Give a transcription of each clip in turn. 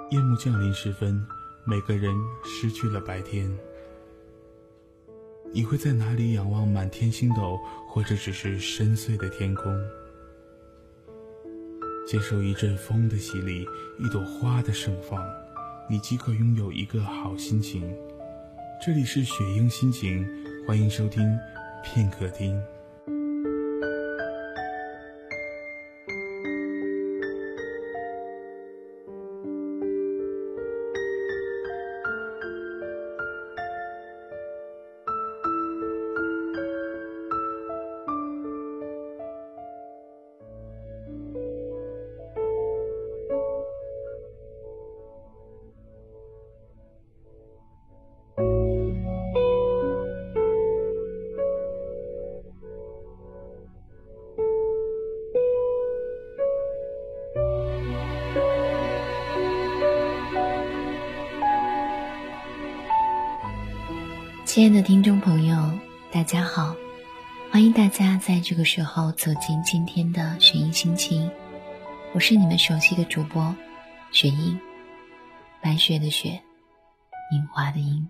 夜幕降临时分，每个人失去了白天。你会在哪里仰望满天星斗，或者只是深邃的天空？接受一阵风的洗礼，一朵花的盛放，你即可拥有一个好心情。这里是雪鹰心情，欢迎收听片刻听。 亲爱的听众朋友，大家好，欢迎大家在这个时候走进今天的雪鹰心情，我是你们熟悉的主播雪鹰，白雪的雪，樱花的樱。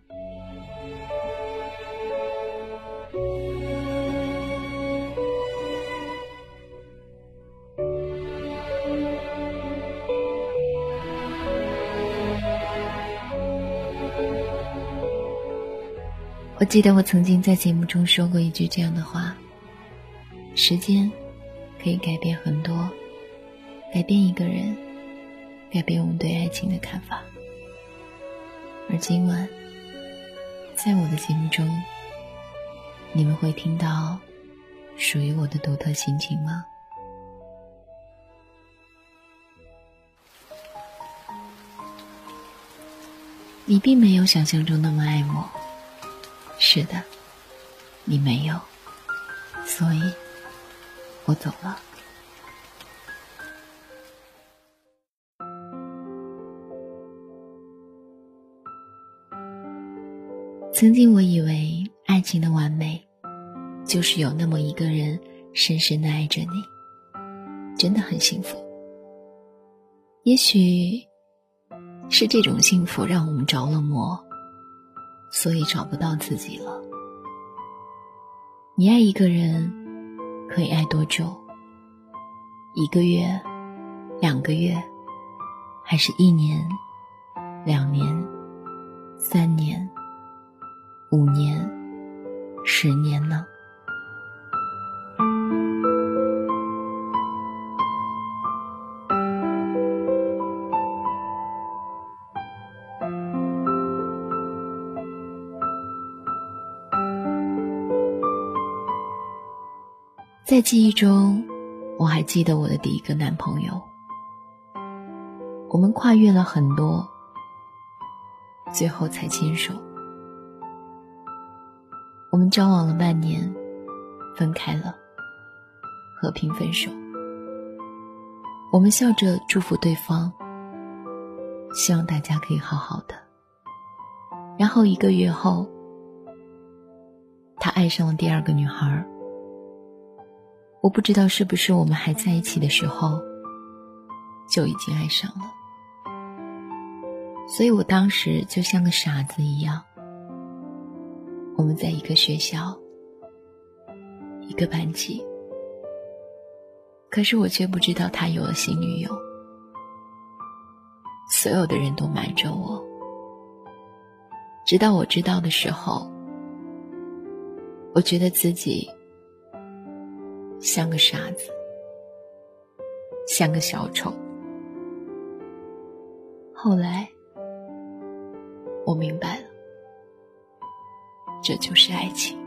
我记得我曾经在节目中说过一句这样的话，时间可以改变很多，改变一个人，改变我们对爱情的看法。而今晚在我的节目中，你们会听到属于我的独特心情吗？你并没有想象中那么爱我，是的，你没有，所以我走了。曾经我以为爱情的完美就是有那么一个人深深地爱着你，真的很幸福。也许是这种幸福让我们着了魔，所以找不到自己了。你爱一个人可以爱多久？1个月、2个月，还是1年、2年、3年、5年、10年呢？在记忆中，我还记得我的第一个男朋友，我们跨越了很多，最后才牵手。我们交往了半年，分开了，和平分手。我们笑着祝福对方，希望大家可以好好的。然后1个月后，他爱上了第2个女孩。我不知道是不是我们还在一起的时候就已经爱上了，所以我当时就像个傻子一样。我们在一个学校，一个班级，可是我却不知道他有了新女友。所有的人都瞒着我，直到我知道的时候，我觉得自己像个傻子，像个小丑。后来我明白了，这就是爱情。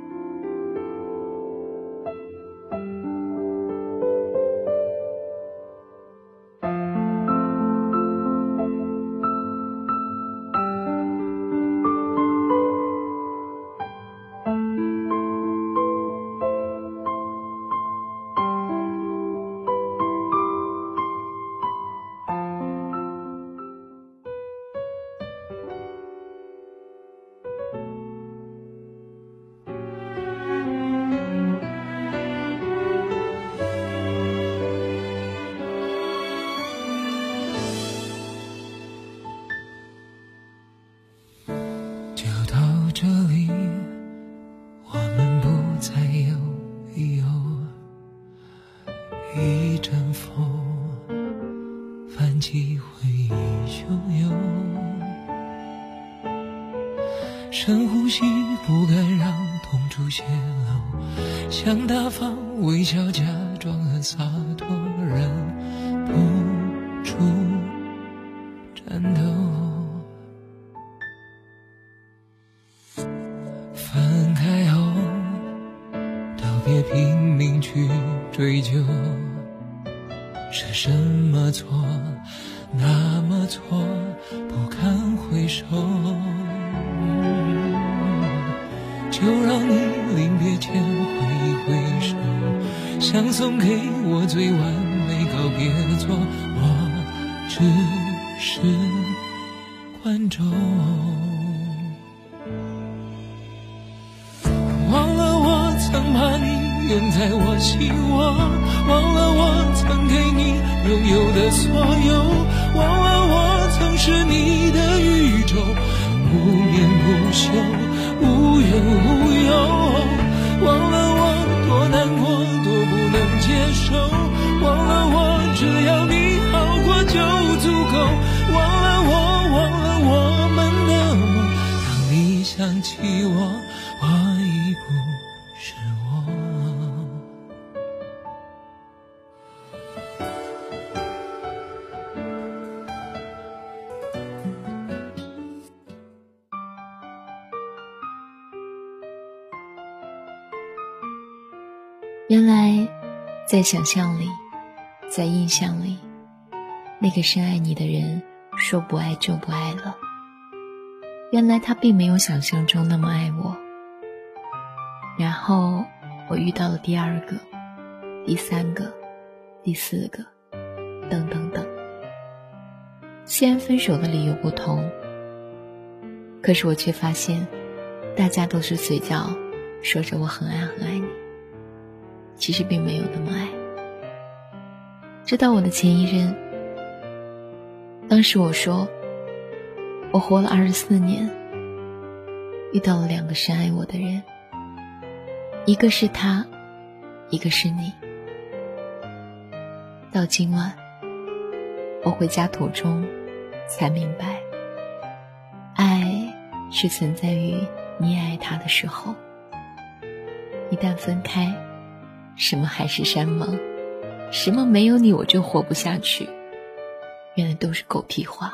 一阵风泛起回忆汹涌，深呼吸，不敢让痛处泄露，想大方微笑，假装很洒脱，忍不住颤抖。分开后道别，拼命去追究，是什么错，那么错，不堪回首。就让你临别前挥一挥手，想送给我最完美告别作，我只是观众。忘了我曾把你拥在我心窝，忘了我曾给你拥有的所有，忘了我曾是你的宇宙，不眠不休，无怨无尤。忘了我多难过，多不能接受，忘了我只要你好过就足够，忘了我们的梦，当你想起我，我已不是我。 原来在想象里，在印象里，那个深爱你的人说不爱就不爱了。原来他并没有想象中那么爱我。然后我遇到了第二个、第三个、第四个，等等等。虽然分手的理由不同，可是我却发现大家都是嘴角说着我很爱很爱你，其实并没有那么爱。直到我的前一任，当时我说我活了24年，遇到了2个深爱我的人，一个是他，一个是你。到今晚我回家途中才明白，爱是存在于你爱他的时候，一旦分开，什么海誓山盟，什么没有你我就活不下去，原来都是狗屁话。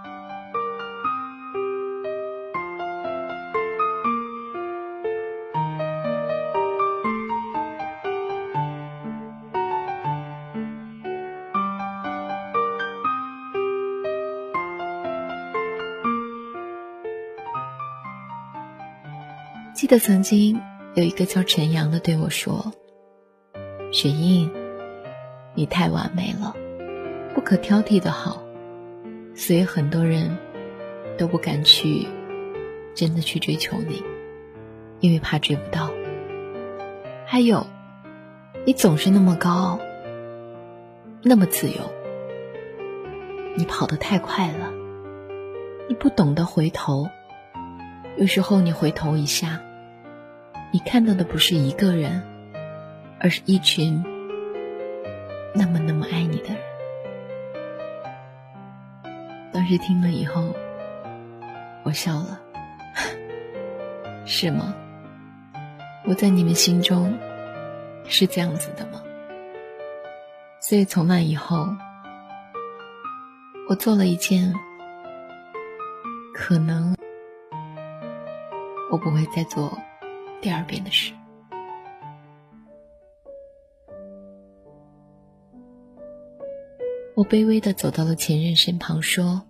记得曾经有一个叫陈阳的对我说，雪英，你太完美了，不可挑剔的好，所以很多人都不敢真的去追求你，因为怕追不到。还有，你总是那么高傲，那么自由，你跑得太快了，你不懂得回头，有时候你回头一下，你看到的不是一个人，而是一群那么爱你的人。当时听了以后，我笑了。是吗？我在你们心中是这样子的吗？所以从那以后，我做了一件可能我不会再做第2遍的事。我卑微地走到了前任身旁说，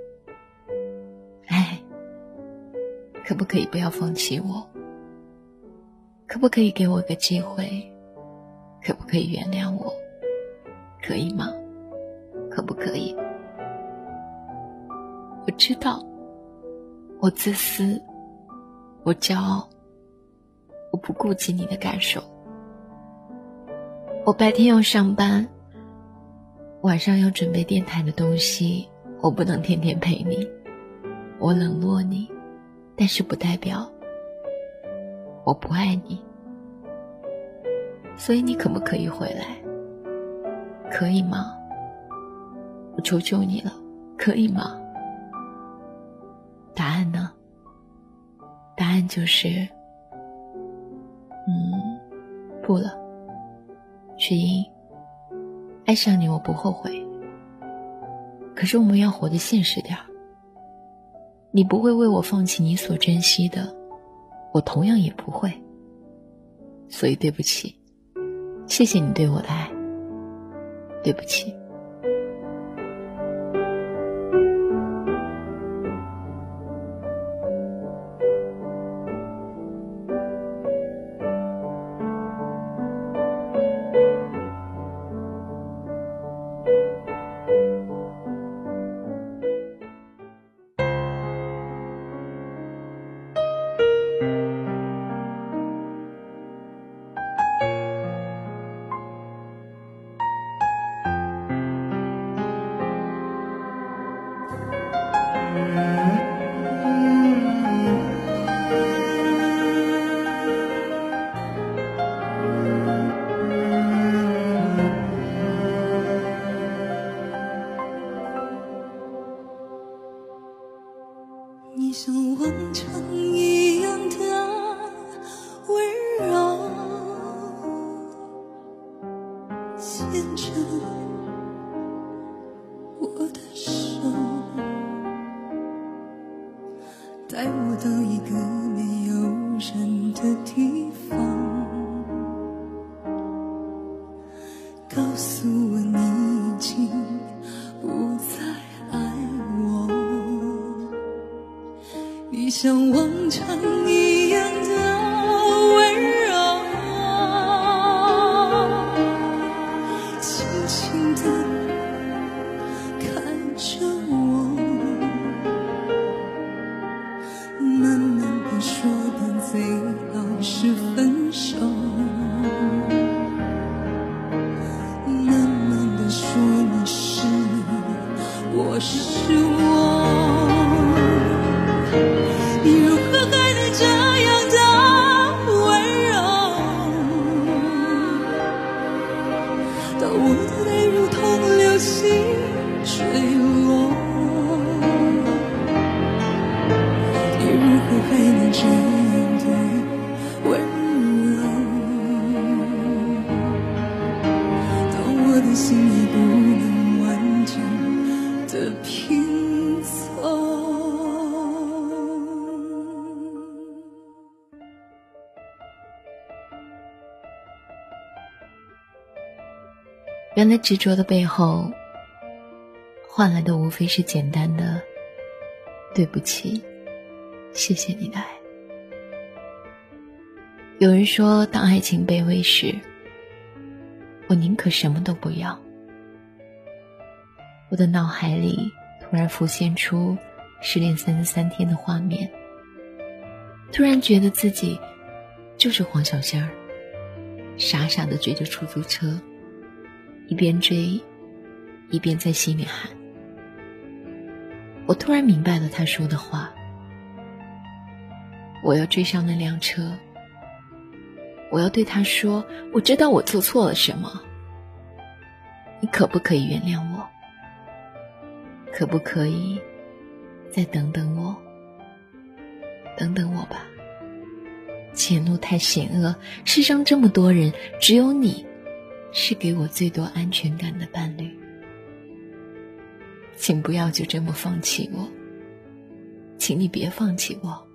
哎，可不可以不要放弃我？可不可以给我个机会？可不可以原谅我？可以吗？可不可以？我知道我自私，我骄傲，我不顾及你的感受，我白天要上班，晚上要准备电台的东西，我不能天天陪你，我冷落你，但是不代表我不爱你。所以你可不可以回来？ 可以吗？我求求你了，可以吗？答案呢？答案就是不了。雪英，爱上你我不后悔，可是我们要活得现实点儿。你不会为我放弃你所珍惜的，我同样也不会。所以对不起，谢谢你对我的爱，对不起。 你像往常一样的温柔，牵着我的手，带我到一个没有人的地方，告诉我你已经不再爱我。你像往常一样的温柔，轻轻地看着我，慢慢地说的最好是分手，慢慢地说你是你，我是我。你如何还能这样的温柔，当我的泪如同流星坠落，你如何还能这样的温柔，当我的心已不能完整的拼凑。 原来执着的背后，换来的无非是简单的对不起，谢谢你的爱。有人说，当爱情卑微时，我宁可什么都不要。我的脑海里突然浮现出失恋33天的画面，突然觉得自己就是黄小仙儿，傻傻地追着出租车，一边追一边在心里喊。我突然明白了他说的话，我要追上那辆车，我要对他说，我知道我做错了什么，你可不可以原谅我？可不可以再等等我？等等我吧，前路太险恶，世上这么多人，只有你是给我最多安全感的伴侣。请不要就这么放弃我，请你别放弃我。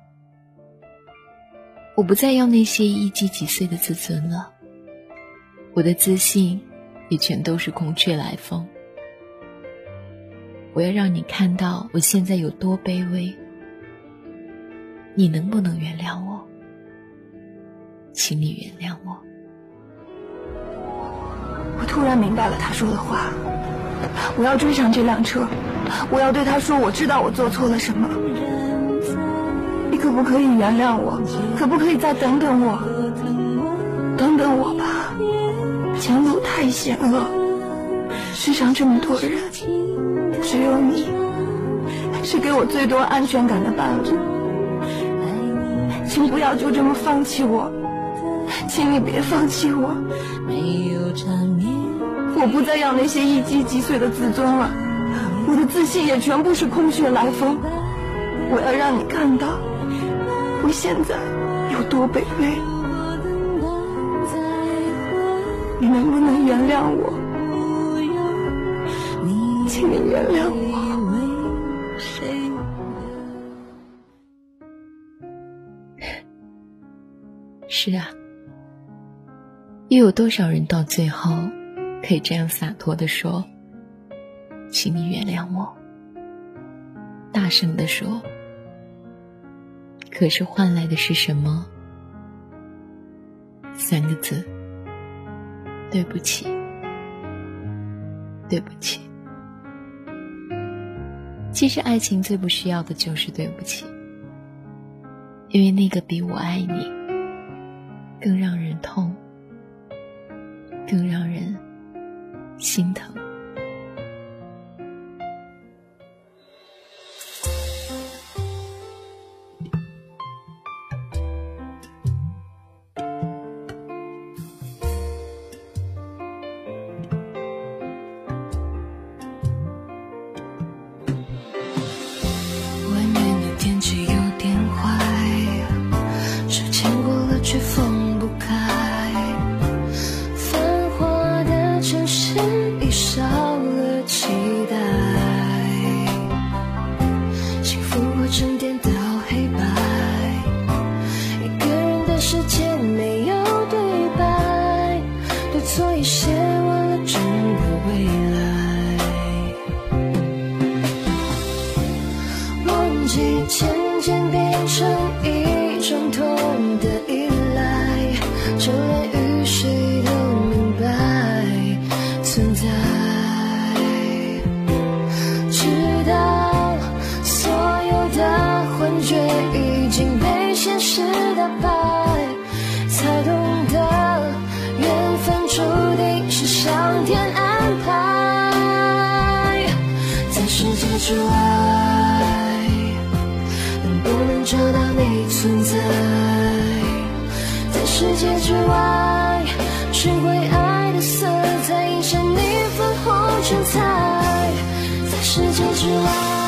我不再要那些一击即碎的自尊了，我的自信也全都是空穴来风。我要让你看到我现在有多卑微，你能不能原谅我？请你原谅我。 我突然明白了他说的话，我要追上这辆车，我要对他说，我知道我做错了什么，你可不可以原谅我？可不可以再等等我？等等我吧，前路太险恶，世上这么多人，只有你是给我最多安全感的伴侣。请不要就这么放弃我，请你别放弃我。我我不再要那些一击即碎的自尊了，我的自信也全部是空穴来风。我要让你看到我现在有多卑微，你能不能原谅我？请你原谅我。 是啊，又有多少人到最后可以这样洒脱地说，请你原谅我，大声地说，可是换来的是什么？3个字，对不起，对不起。其实爱情最不需要的就是对不起，因为那个比我爱你更让人痛，更让人心疼。 渐渐变成一种痛的依赖，就连雨水都明白存在，直到所有的幻觉已经被现实打败，才懂得缘分注定是上天安排，在世界之外不能找到你存在，在世界之外寻回爱的色彩，映闪你粉红唇彩，在世界之外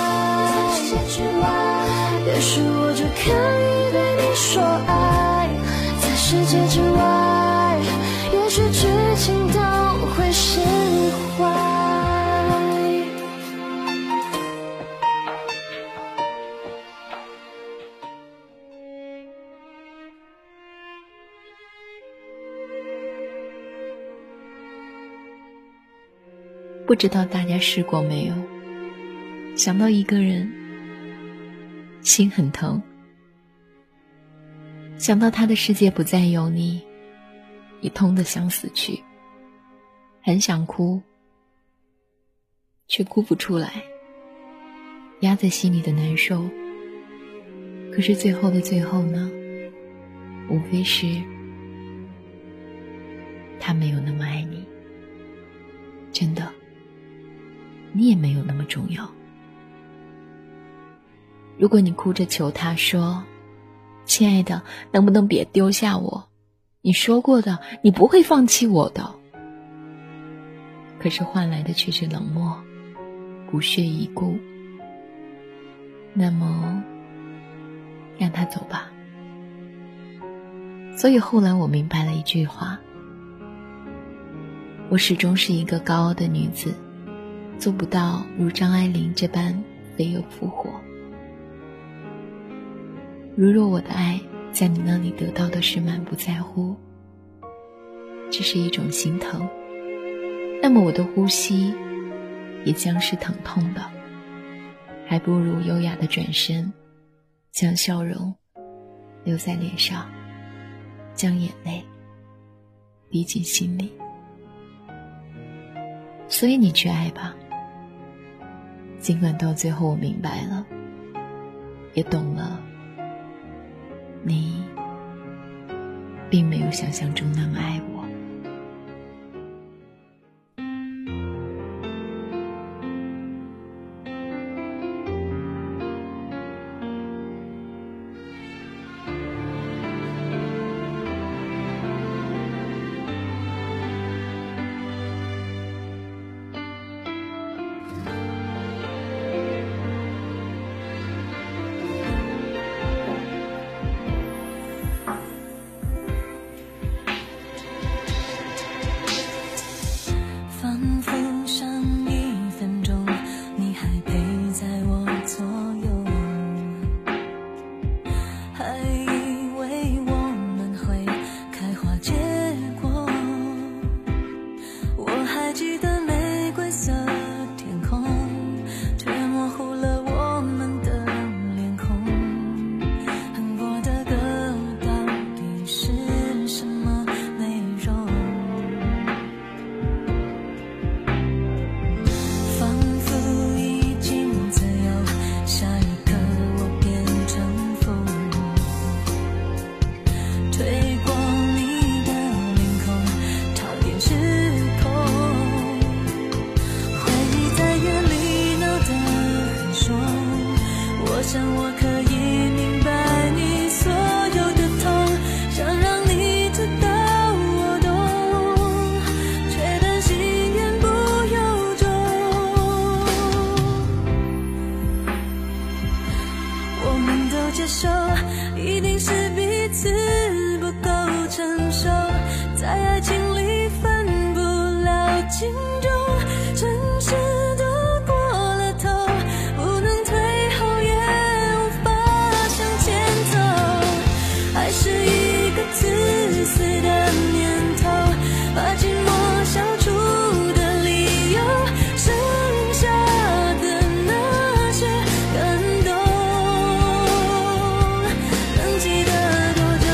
也许我就可以对你说爱，在世界之外也许剧情都会释怀。 不知道大家试过没有，想到一个人心很疼，想到他的世界不再有你，你痛得想死去，很想哭却哭不出来，压在心里的难受。可是最后的最后呢，无非是他没有那么爱你，真的你也没有那么重要。如果你哭着求他说，亲爱的，能不能别丢下我，你说过的你不会放弃我的，可是换来的却是冷漠不屑一顾，那么让他走吧。所以后来我明白了一句话，我始终是一个高傲的女子，做不到如张爱玲这般飞蛾扑火。如若我的爱在你那里得到的是满不在乎，这是一种心疼，那么我的呼吸也将是疼痛的，还不如优雅的转身，将笑容留在脸上，将眼泪滴进心里。所以你去爱吧，尽管到最后我明白了，也懂了，你并没有想象中那么爱我。 记得玫瑰色天空，却模糊了我们的脸孔。哼过的歌到底是什么内容？仿佛已经自由，下一刻我变成风，推过你的脸孔，踏遍时空。回忆在夜里闹得很凶，我想我可以明白你所有的痛，想让你知道我懂，却担心言不由衷。我们都接受，一定是彼此不够成熟，在爱情里分不了轻重，城市都过了头，不能退后也无法向前走，爱是一个自私的念头，把寂寞消除的理由，剩下的那些感动，能记得多久？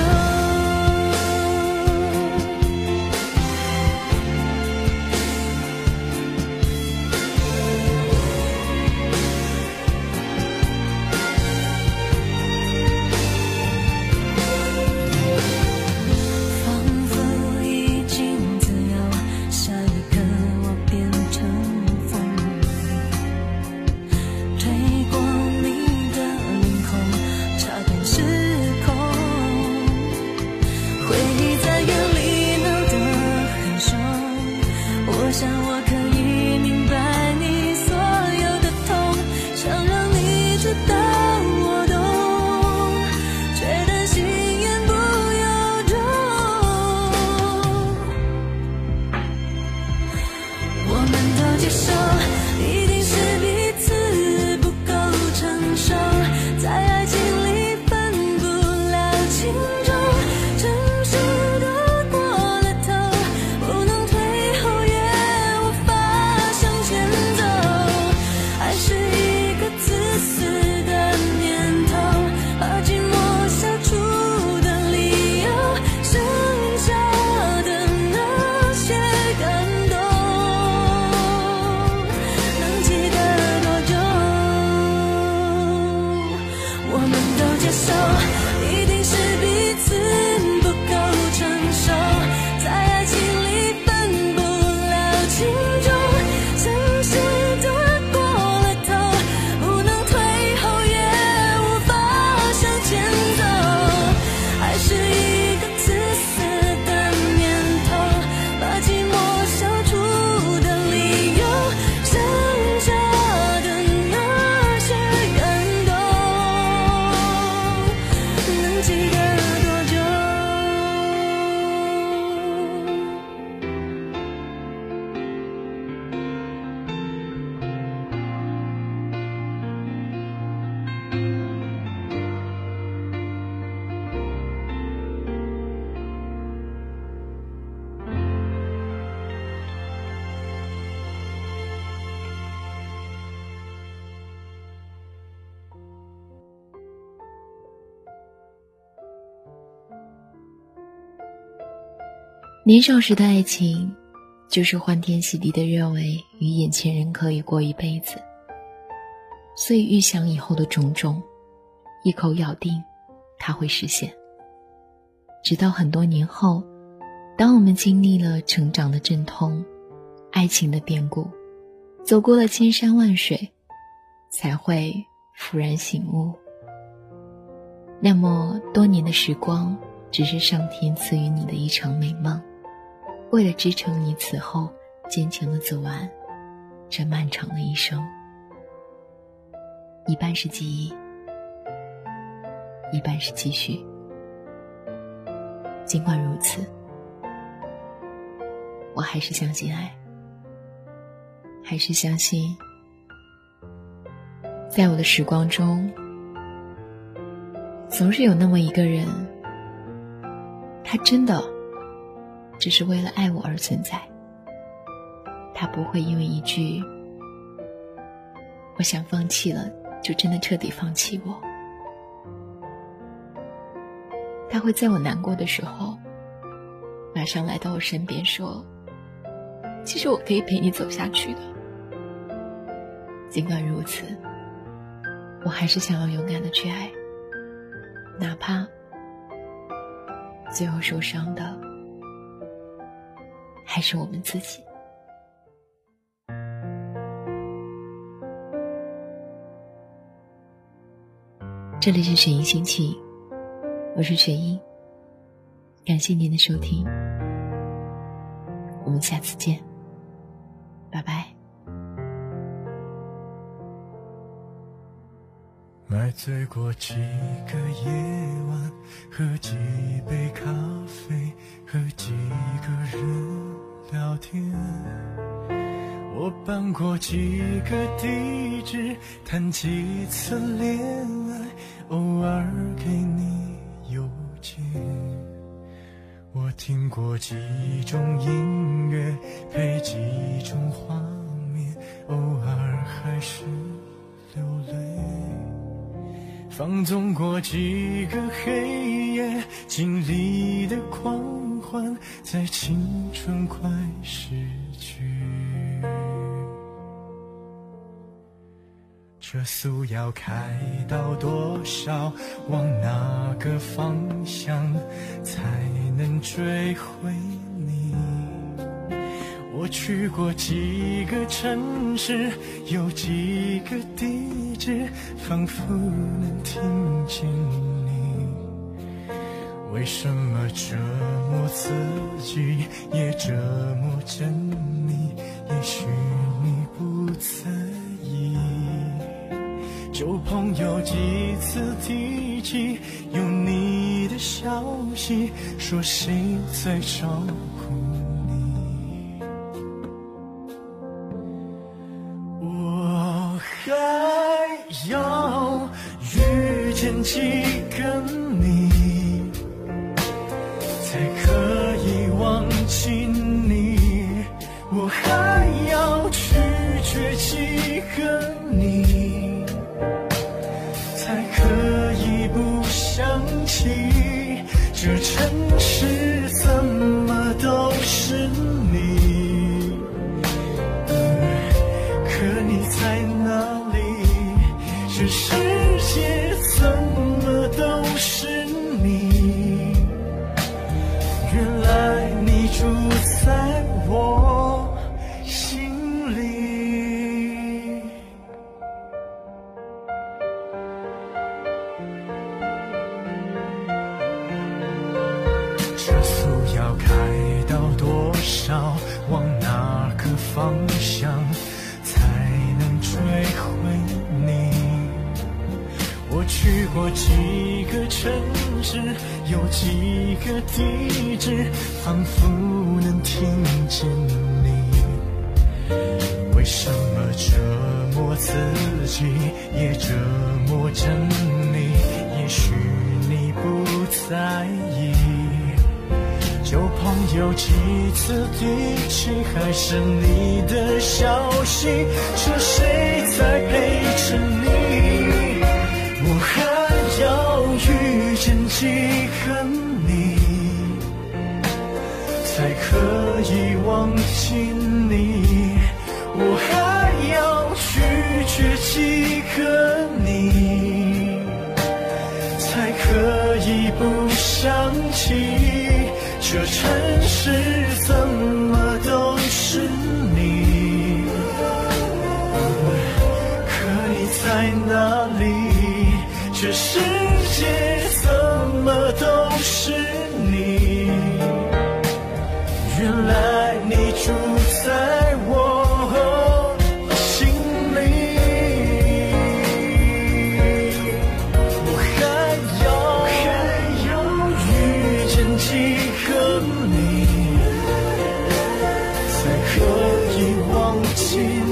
仿佛已经自由，下一刻我变成风，吹过你的脸孔，插遍时空。回忆在夜里闹得很凶，我想我可以明白你所有的痛，想让你知道我懂，却担心言不由衷。我们都接受，一定是彼此不够成熟，在爱情里分不了轻重，城市都过了头，不能退后也无法向前走，爱是一个自私的念头，把寂寞消除的理由，剩下的那些感动，能记得多久？我们都接受，一定是彼此不够成熟，在爱情里分不了轻重，城市都过了头，不能退后也无法向前走，爱是一个自私的念头，把寂寞消除的理由，剩下的那些感动，能记得多久？ 年少时的爱情，就是欢天喜地的认为与眼前人可以过一辈子，所以预想以后的种种，一口咬定它会实现。直到很多年后，当我们经历了成长的阵痛，爱情的变故，走过了千山万水，才会幡然醒悟。那么多年的时光，只是上天赐予你的一场美梦，为了支撑你此后坚强地走完这漫长的一生。一半是记忆，一半是期许。尽管如此，我还是相信爱，还是相信在我的时光中，总是有那么一个人，他真的只是为了爱我而存在，他他不会因为一句我想放弃了就真的彻底放弃我。他会在我难过的时候马上来到我身边说，其实我可以陪你走下去的。尽管如此，我还是想要勇敢的去爱，哪怕最后受伤的还是我们自己。这里是雪音心情，我是雪音，感谢您的收听，我们下次见，拜拜。 买醉过几个夜晚，喝几杯咖啡，和几个人聊天。我搬过几个地址，谈几次恋爱，偶尔给你邮件。我听过几种音乐，配几种画面，偶尔还是流泪。放纵过几个黑夜，经历的狂欢，在青春快逝去。这速要开到多少？往哪个方向才能追回你？我去过几个城市，有几个地址，仿佛能听见你。为什么折磨自己，也折磨着你？也许你不在意。旧朋友几次提起有你的消息，说谁在照顾你？我还要遇见几个你，才可以忘记你？我还要拒绝几个你，才可以不想起这城市怎么都是你。可你在哪里？这世界怎么都是你？原来你住在我心里。这速要开到多少？往哪个方向才能追回你？我去过几个城市，有几个地址，仿佛能听见你。为什么折磨自己，也折磨着你？也许你不在意。旧朋友几次提起，还是你的消息，说谁在陪着你？我还要遇见几个你，才可以忘记你？我还要拒绝几个你，才可以不想起这城市怎么都是你？可你在哪里？这世界怎么都是你？原来你住在我心里。我还要遇见几个你，才可以忘记你？